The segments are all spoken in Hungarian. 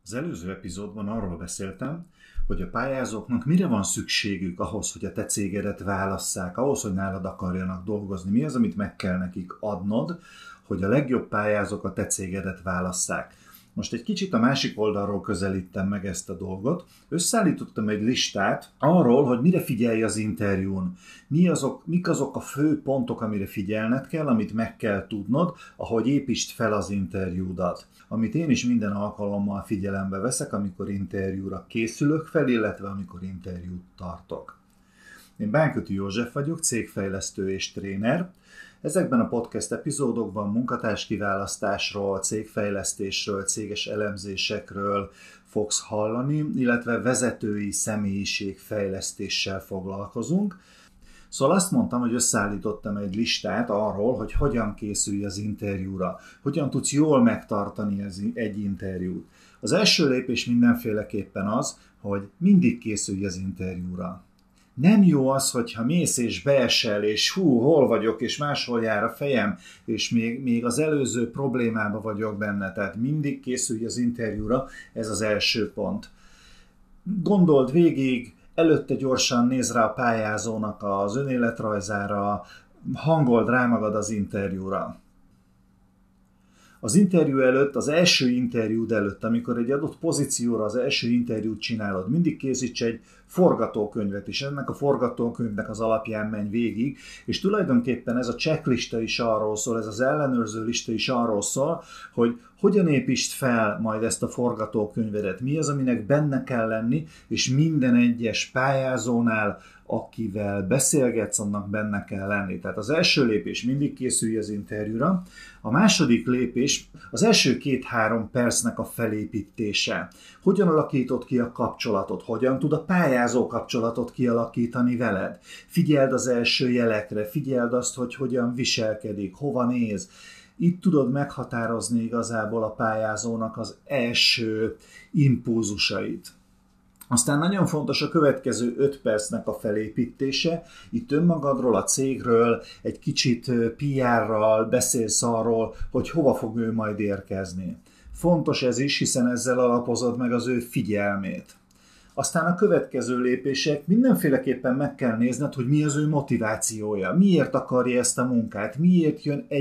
Az előző epizódban arról beszéltem, hogy a pályázóknak mire van szükségük ahhoz, hogy a te cégedet válasszák, ahhoz, hogy nálad akarjanak dolgozni. Mi az, amit meg kell nekik adnod, hogy a legjobb pályázók a te cégedet válasszák. Most egy kicsit a másik oldalról közelítem meg ezt a dolgot. Összeállítottam egy listát arról, hogy mire figyelj az interjún. Mik azok a fő pontok, amire figyelned kell, amit meg kell tudnod, ahogy építsd fel az interjúdat. Amit én is minden alkalommal figyelembe veszek, amikor interjúra készülök fel, illetve amikor interjút tartok. Én Bánköti József vagyok, cégfejlesztő és tréner. Ezekben a podcast epizódokban munkatárs-kiválasztásról, cégfejlesztésről, céges elemzésekről fogsz hallani, illetve vezetői személyiségfejlesztéssel foglalkozunk. Szóval azt mondtam, hogy összeállítottam egy listát arról, hogy hogyan készülj az interjúra, hogyan tudsz jól megtartani egy interjút. Az első lépés mindenféleképpen az, hogy mindig készülj az interjúra. Nem jó az, hogyha mész és beesel, és hol vagyok, és máshol jár a fejem, és még az előző problémában vagyok benne. Tehát mindig készülj az interjúra, ez az első pont. Gondold végig, előtte gyorsan nézz rá a pályázónak az önéletrajzára, hangold rá magad az interjúra. Az interjú előtt, az első interjúd előtt, amikor egy adott pozícióra az első interjút csinálod, mindig készíts egy forgatókönyvet is. Ennek a forgatókönyvnek az alapján menj végig, és tulajdonképpen ez a checklista is arról szól, ez az ellenőrző lista is arról szól, hogy hogyan építsd fel majd ezt a forgatókönyvedet, mi az, aminek benne kell lenni, és minden egyes pályázónál, akivel beszélgetsz, annak benne kell lenni. Tehát az első lépés, mindig készülj az interjúra. A második lépés az első 2-3 percnek a felépítése. Hogyan alakítod ki a kapcsolatot? Hogyan tud a pályázó kapcsolatot kialakítani veled? Figyeld az első jelekre, figyeld azt, hogy hogyan viselkedik, hova néz. Itt tudod meghatározni igazából a pályázónak az első impulzusait. Aztán nagyon fontos a következő 5 percnek a felépítése. Itt önmagadról, a cégről, egy kicsit PR-ral beszélsz arról, hogy hova fog ő majd érkezni. Fontos ez is, hiszen ezzel alapozod meg az ő figyelmét. Aztán a következő lépések, mindenféleképpen meg kell nézned, hogy mi az ő motivációja, miért akarja ezt a munkát, miért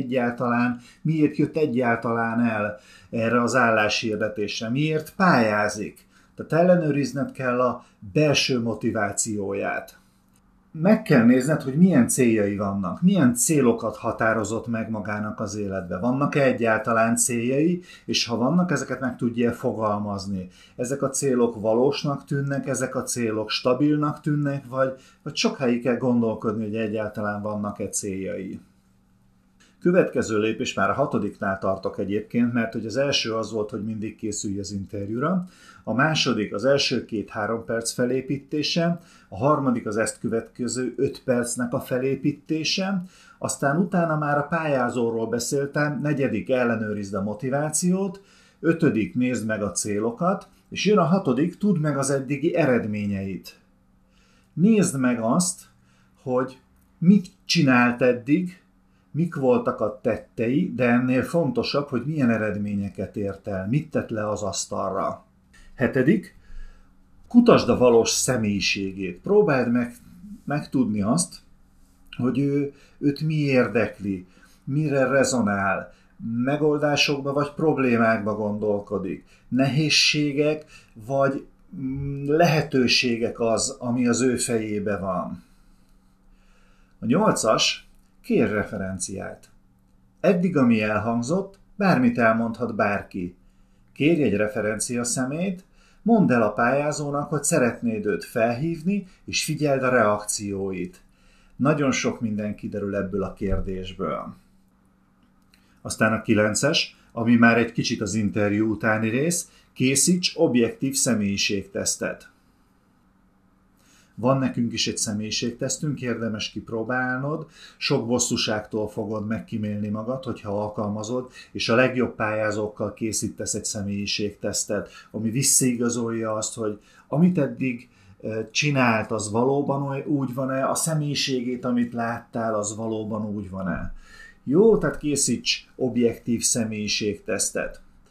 jött egyáltalán el erre az álláshirdetésre, miért pályázik. Tehát ellenőrizned kell a belső motivációját. Meg kell nézned, hogy milyen céljai vannak, milyen célokat határozott meg magának az életbe. Vannak-e egyáltalán céljai, és ha vannak, ezeket meg tudja fogalmazni. Ezek a célok valósnak tűnnek, ezek a célok stabilnak tűnnek, vagy sokáig kell gondolkodni, hogy egyáltalán vannak-e céljai. Következő lépés, már a 6-nál tartok egyébként, mert hogy az első az volt, hogy mindig készülj az interjúra, a második az első 2-3 perc felépítése, a harmadik az ezt következő 5 percnek a felépítése, aztán utána már a pályázóról beszéltem, 4. ellenőrizd a motivációt, 5. nézd meg a célokat, és jön a 6. tudd meg az eddigi eredményeit. Nézd meg azt, hogy mit csinált eddig, mik voltak a tettei, de ennél fontosabb, hogy milyen eredményeket ért el, mit tett le az asztalra. 7. kutasd a valós személyiségét. Próbáld megtudni azt, hogy őt mi érdekli, mire rezonál, megoldásokba vagy problémákba gondolkodik, nehézségek vagy lehetőségek az, ami az ő fejébe van. A 8. kérj referenciát. Eddig, ami elhangzott, bármit elmondhat bárki. Kérj egy referencia személyt, mondd el a pályázónak, hogy szeretnéd őt felhívni, és figyeld a reakcióit. Nagyon sok minden kiderül ebből a kérdésből. Aztán a 9, ami már egy kicsit az interjú utáni rész, készíts objektív személyiségtesztet. Van nekünk is egy személyiségtesztünk, érdemes kipróbálnod, sok bosszúságtól fogod megkímélni magad, hogyha alkalmazod, és a legjobb pályázókkal készítesz egy személyiségtesztet, ami visszaigazolja azt, hogy amit eddig csinált, az valóban úgy van-e, a személyiségét, amit láttál, az valóban úgy van-e. Jó, tehát készíts objektív személyiségtesztet.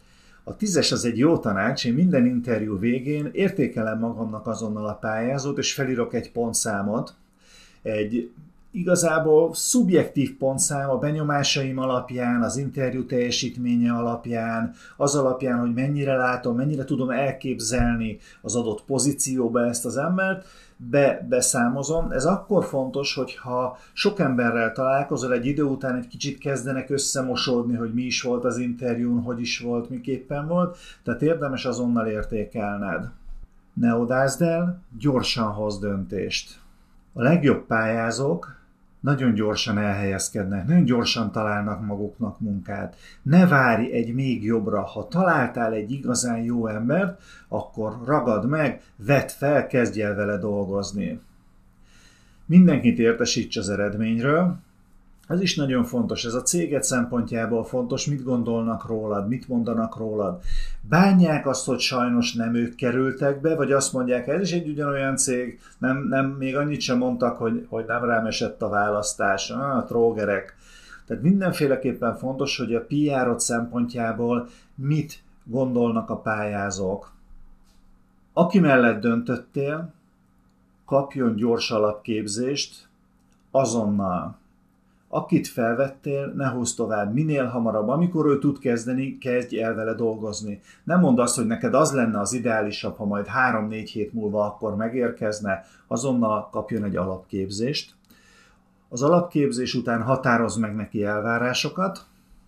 A 10-es az egy jó tanács, én minden interjú végén értékelem magamnak azonnal a pályázót, és felírok egy pontszámot, egy igazából szubjektív pontszám a benyomásaim alapján, az interjú teljesítménye alapján, az alapján, hogy mennyire látom, mennyire tudom elképzelni az adott pozícióba ezt az embert, beszámozom. Ez akkor fontos, hogyha sok emberrel találkozol, egy idő után egy kicsit kezdenek összemosódni, hogy mi is volt az interjún, hogy is volt, miképpen volt, tehát érdemes azonnal értékelned. Ne odázd el, gyorsan hoz döntést. A legjobb pályázók nagyon gyorsan elhelyezkednek, nagyon gyorsan találnak maguknak munkát. Ne várj egy még jobbra. Ha találtál egy igazán jó embert, akkor ragad meg, vedd fel, kezdj el vele dolgozni. Mindenkit értesíts az eredményről. Ez is nagyon fontos, ez a céged szempontjából fontos, mit gondolnak rólad, mit mondanak rólad. Bánják azt, hogy sajnos nem ők kerültek be, vagy azt mondják, ez is egy ugyanolyan cég, még annyit sem mondtak, hogy nem rám esett a választás, a trógerek. Tehát mindenféleképpen fontos, hogy a PR-od szempontjából mit gondolnak a pályázók. Aki mellett döntöttél, kapjon gyors alapképzést azonnal. Akit felvettél, ne húzz tovább, minél hamarabb, amikor ő tud kezdeni, kezdj el vele dolgozni. Nem mondd azt, hogy neked az lenne az ideálisabb, ha majd 3-4 hét múlva akkor megérkezne, azonnal kapjon egy alapképzést. Az alapképzés után határozd meg neki elvárásokat.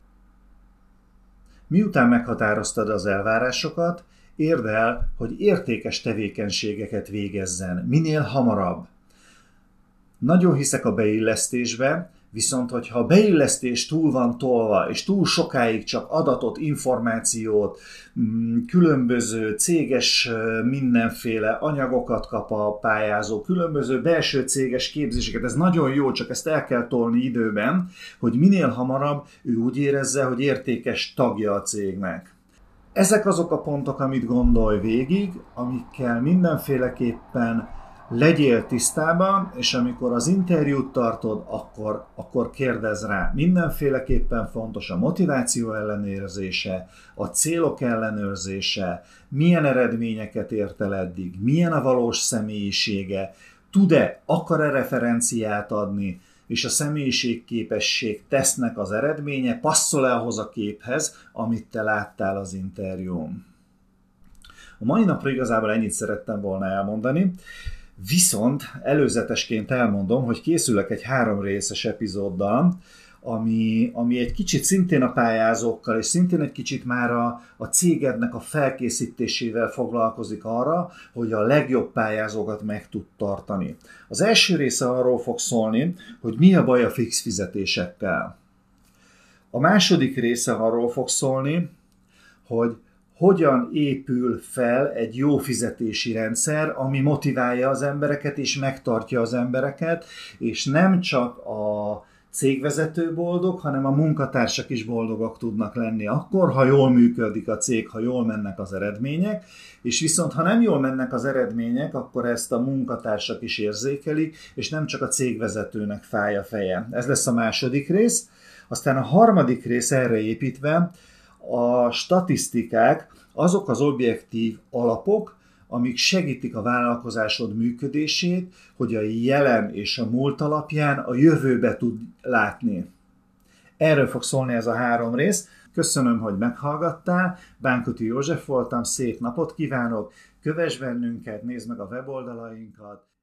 Miután meghatároztad az elvárásokat, érd el, hogy értékes tevékenységeket végezzen, minél hamarabb. Nagyon hiszek a beillesztésbe, viszont hogyha a beillesztés túl van tolva, és túl sokáig csak adatot, információt, különböző céges mindenféle anyagokat kap a pályázó, különböző belső céges képzéseket, ez nagyon jó, csak ezt el kell tolni időben, hogy minél hamarabb ő úgy érezze, hogy értékes tagja a cégnek. Ezek azok a pontok, amit gondolj végig, amikkel mindenféleképpen legyél tisztában, és amikor az interjút tartod, akkor kérdezz rá. Mindenféleképpen fontos a motiváció ellenőrzése, a célok ellenőrzése, milyen eredményeket ért el eddig, milyen a valós személyisége, tud-e, akar-e referenciát adni, és a személyiségképesség tesznek az eredménye, passzol-e ahhoz a képhez, amit te láttál az interjún. A mai napra igazából ennyit szerettem volna elmondani. Viszont előzetesként elmondom, hogy készülök egy 3 részes epizóddal, ami egy kicsit szintén a pályázókkal, és szintén egy kicsit már a cégednek a felkészítésével foglalkozik arra, hogy a legjobb pályázókat meg tud tartani. Az első része arról fog szólni, hogy mi a baj a fix fizetésekkel. A második része arról fog szólni, hogy hogyan épül fel egy jó fizetési rendszer, ami motiválja az embereket és megtartja az embereket, és nem csak a cégvezető boldog, hanem a munkatársak is boldogok tudnak lenni akkor, ha jól működik a cég, ha jól mennek az eredmények, és viszont ha nem jól mennek az eredmények, akkor ezt a munkatársak is érzékelik, és nem csak a cégvezetőnek fáj a feje. Ez lesz a második rész. Aztán a harmadik rész erre építve a statisztikák, azok az objektív alapok, amik segítik a vállalkozásod működését, hogy a jelen és a múlt alapján a jövőbe tud látni. Erről fog szólni ez a 3 rész. Köszönöm, hogy meghallgattál. Bánkuti József voltam, szép napot kívánok, kövess bennünket, nézd meg a weboldalainkat.